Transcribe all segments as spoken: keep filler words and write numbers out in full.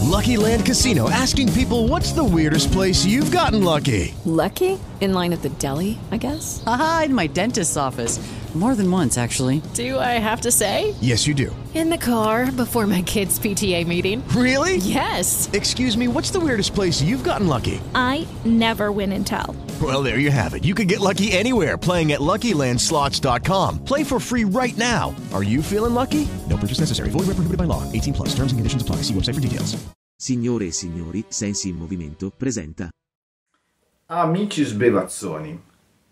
Lucky Land Casino, asking people, what's the weirdest place you've gotten lucky? Lucky? In line at the deli, I guess? Aha, in my dentist's office. More than once, actually. Do I have to say? Yes, you do. In the car before my kids' P T A meeting. Really? Yes. Excuse me, what's the weirdest place you've gotten lucky? I never win and tell. Well, there you have it. You can get lucky anywhere, playing at Lucky Land Slots dot com. Play for free right now. Are you feeling lucky? No purchase necessary. Void where prohibited by law. eighteen plus. Terms and conditions apply. See website for details. Signore e signori, Sensi in Movimento presenta Amici sbevazzoni.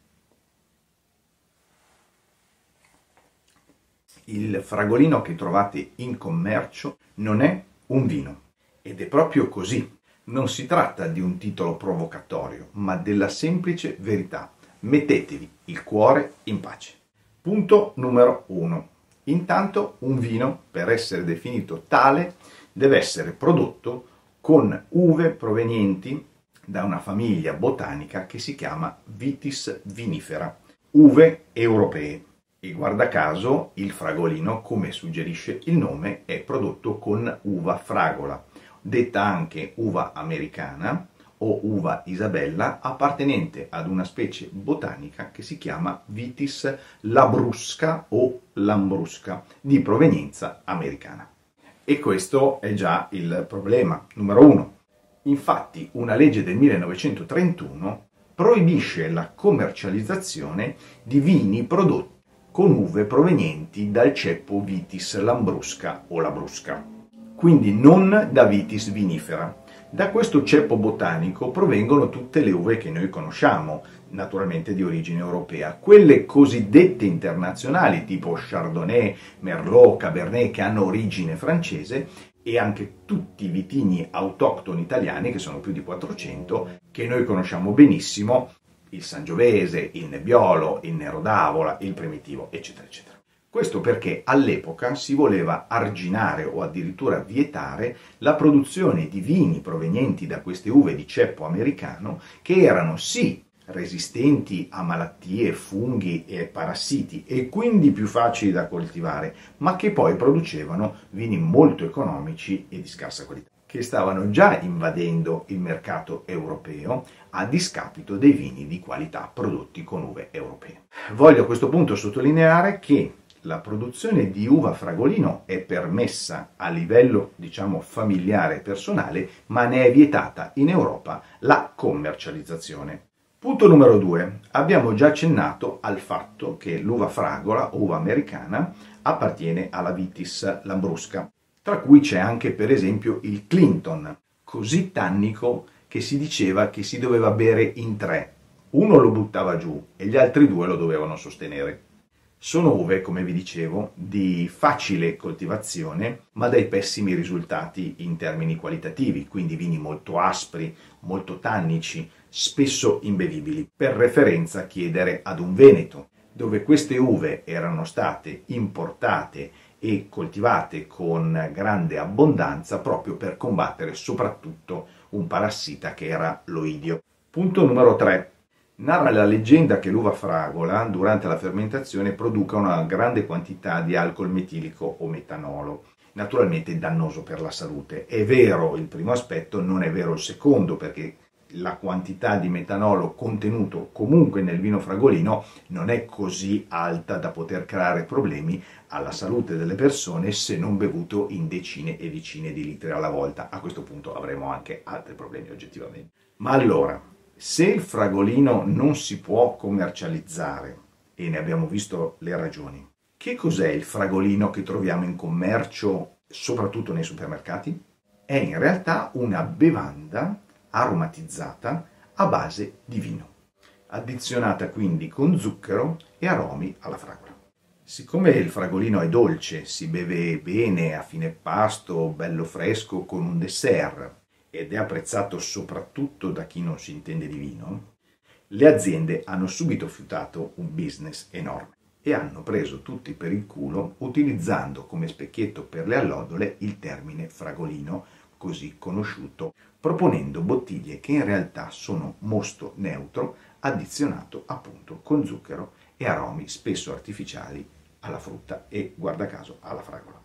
Il fragolino che trovate in commercio non è un vino. Ed è proprio così. Non si tratta di un titolo provocatorio, ma della semplice verità. Mettetevi il cuore in pace. Punto numero uno. Intanto un vino, per essere definito tale, deve essere prodotto con uve provenienti da una famiglia botanica che si chiama Vitis vinifera, uve europee. E guarda caso il fragolino, come suggerisce il nome, è prodotto con uva fragola, detta anche uva americana o uva Isabella, appartenente ad una specie botanica che si chiama Vitis labrusca o lambrusca, di provenienza americana. E questo è già il problema numero uno. Infatti una legge del millenovecentotrentuno proibisce la commercializzazione di vini prodotti con uve provenienti dal ceppo Vitis lambrusca o labrusca, quindi non da Vitis vinifera. Da questo ceppo botanico provengono tutte le uve che noi conosciamo, naturalmente di origine europea. Quelle cosiddette internazionali, tipo Chardonnay, Merlot, Cabernet, che hanno origine francese, e anche tutti i vitigni autoctoni italiani, che sono più di quattrocento, che noi conosciamo benissimo, il Sangiovese, il Nebbiolo, il Nero d'Avola, il Primitivo, eccetera, eccetera. Questo perché all'epoca si voleva arginare o addirittura vietare la produzione di vini provenienti da queste uve di ceppo americano, che erano sì resistenti a malattie, funghi e parassiti e quindi più facili da coltivare, ma che poi producevano vini molto economici e di scarsa qualità, che stavano già invadendo il mercato europeo a discapito dei vini di qualità prodotti con uve europee. Voglio a questo punto sottolineare che la produzione di uva fragolino è permessa a livello, diciamo, familiare e personale, ma ne è vietata in Europa la commercializzazione. Punto numero due. Abbiamo già accennato al fatto che l'uva fragola, uva americana, appartiene alla Vitis lambrusca, tra cui c'è anche per esempio il Clinton, così tannico che si diceva che si doveva bere in tre. Uno lo buttava giù e gli altri due lo dovevano sostenere. Sono uve, come vi dicevo, di facile coltivazione, ma dai pessimi risultati in termini qualitativi, quindi vini molto aspri, molto tannici, spesso imbevibili. Per referenza chiedere ad un Veneto, dove queste uve erano state importate e coltivate con grande abbondanza proprio per combattere soprattutto un parassita che era l'oidio. Punto numero tre. Narra la leggenda che l'uva fragola durante la fermentazione produca una grande quantità di alcol metilico o metanolo, naturalmente dannoso per la salute. È vero il primo aspetto, non è vero il secondo, perché la quantità di metanolo contenuto comunque nel vino fragolino non è così alta da poter creare problemi alla salute delle persone se non bevuto in decine e decine di litri alla volta. A questo punto avremo anche altri problemi oggettivamente. Ma allora, se il fragolino non si può commercializzare, e ne abbiamo visto le ragioni, che cos'è il fragolino che troviamo in commercio, soprattutto nei supermercati? È in realtà una bevanda aromatizzata a base di vino, addizionata quindi con zucchero e aromi alla fragola. Siccome il fragolino è dolce, si beve bene a fine pasto, bello fresco, con un dessert, ed è apprezzato soprattutto da chi non si intende di vino, le aziende hanno subito fiutato un business enorme e hanno preso tutti per il culo utilizzando come specchietto per le allodole il termine fragolino, così conosciuto, proponendo bottiglie che in realtà sono mosto neutro addizionato appunto con zucchero e aromi spesso artificiali alla frutta e, guarda caso, alla fragola.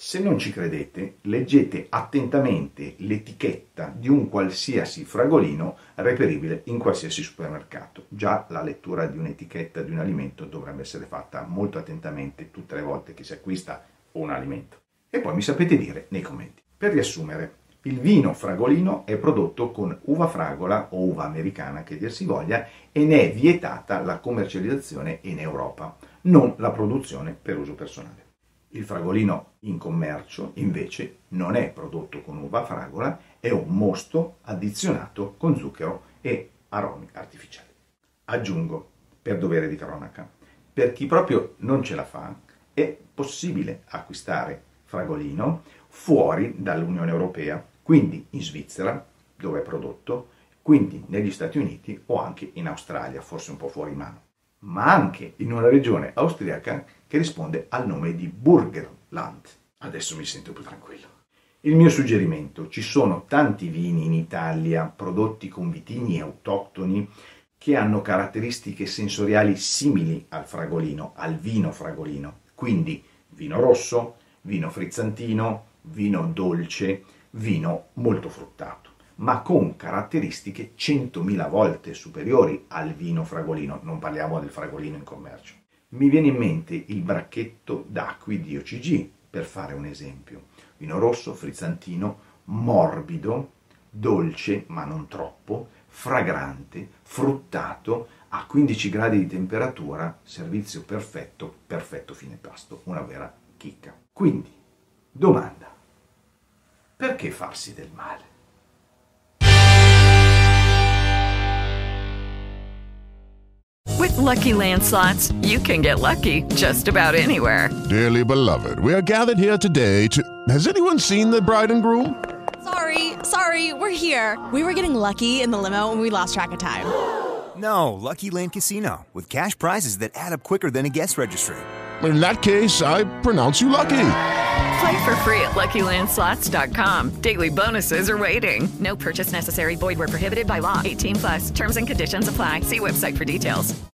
Se non ci credete, leggete attentamente l'etichetta di un qualsiasi fragolino reperibile in qualsiasi supermercato. Già la lettura di un'etichetta di un alimento dovrebbe essere fatta molto attentamente tutte le volte che si acquista un alimento. E poi mi sapete dire nei commenti. Per riassumere, il vino fragolino è prodotto con uva fragola o uva americana che dir si voglia e ne è vietata la commercializzazione in Europa, non la produzione per uso personale. Il fragolino in commercio, invece, non è prodotto con uva fragola, è un mosto addizionato con zucchero e aromi artificiali. Aggiungo, per dovere di cronaca, per chi proprio non ce la fa, è possibile acquistare fragolino fuori dall'Unione Europea, quindi in Svizzera, dove è prodotto, quindi negli Stati Uniti o anche in Australia, forse un po' fuori mano, ma anche in una regione austriaca che risponde al nome di Burgenland. Adesso mi sento più tranquillo. Il mio suggerimento: ci sono tanti vini in Italia prodotti con vitigni autoctoni che hanno caratteristiche sensoriali simili al fragolino, al vino fragolino, quindi vino rosso, vino frizzantino, vino dolce, vino molto fruttato, ma con caratteristiche centomila volte superiori al vino fragolino, non parliamo del fragolino in commercio. Mi viene in mente il bracchetto d'acqui di O C G, per fare un esempio. Vino rosso, frizzantino, morbido, dolce ma non troppo, fragrante, fruttato, a quindici gradi di temperatura, servizio perfetto, perfetto fine pasto, una vera chicca. Quindi, domanda: perché farsi del male? With Lucky Land Slots, you can get lucky just about anywhere. Dearly beloved, we are gathered here today to... Has anyone seen the bride and groom? Sorry, sorry, we're here. We were getting lucky in the limo and we lost track of time. No, Lucky Land Casino, with cash prizes that add up quicker than a guest registry. In that case, I pronounce you lucky. Play for free at Lucky Land Slots dot com. Daily bonuses are waiting. No purchase necessary. Void where prohibited by law. eighteen plus. Terms and conditions apply. See website for details.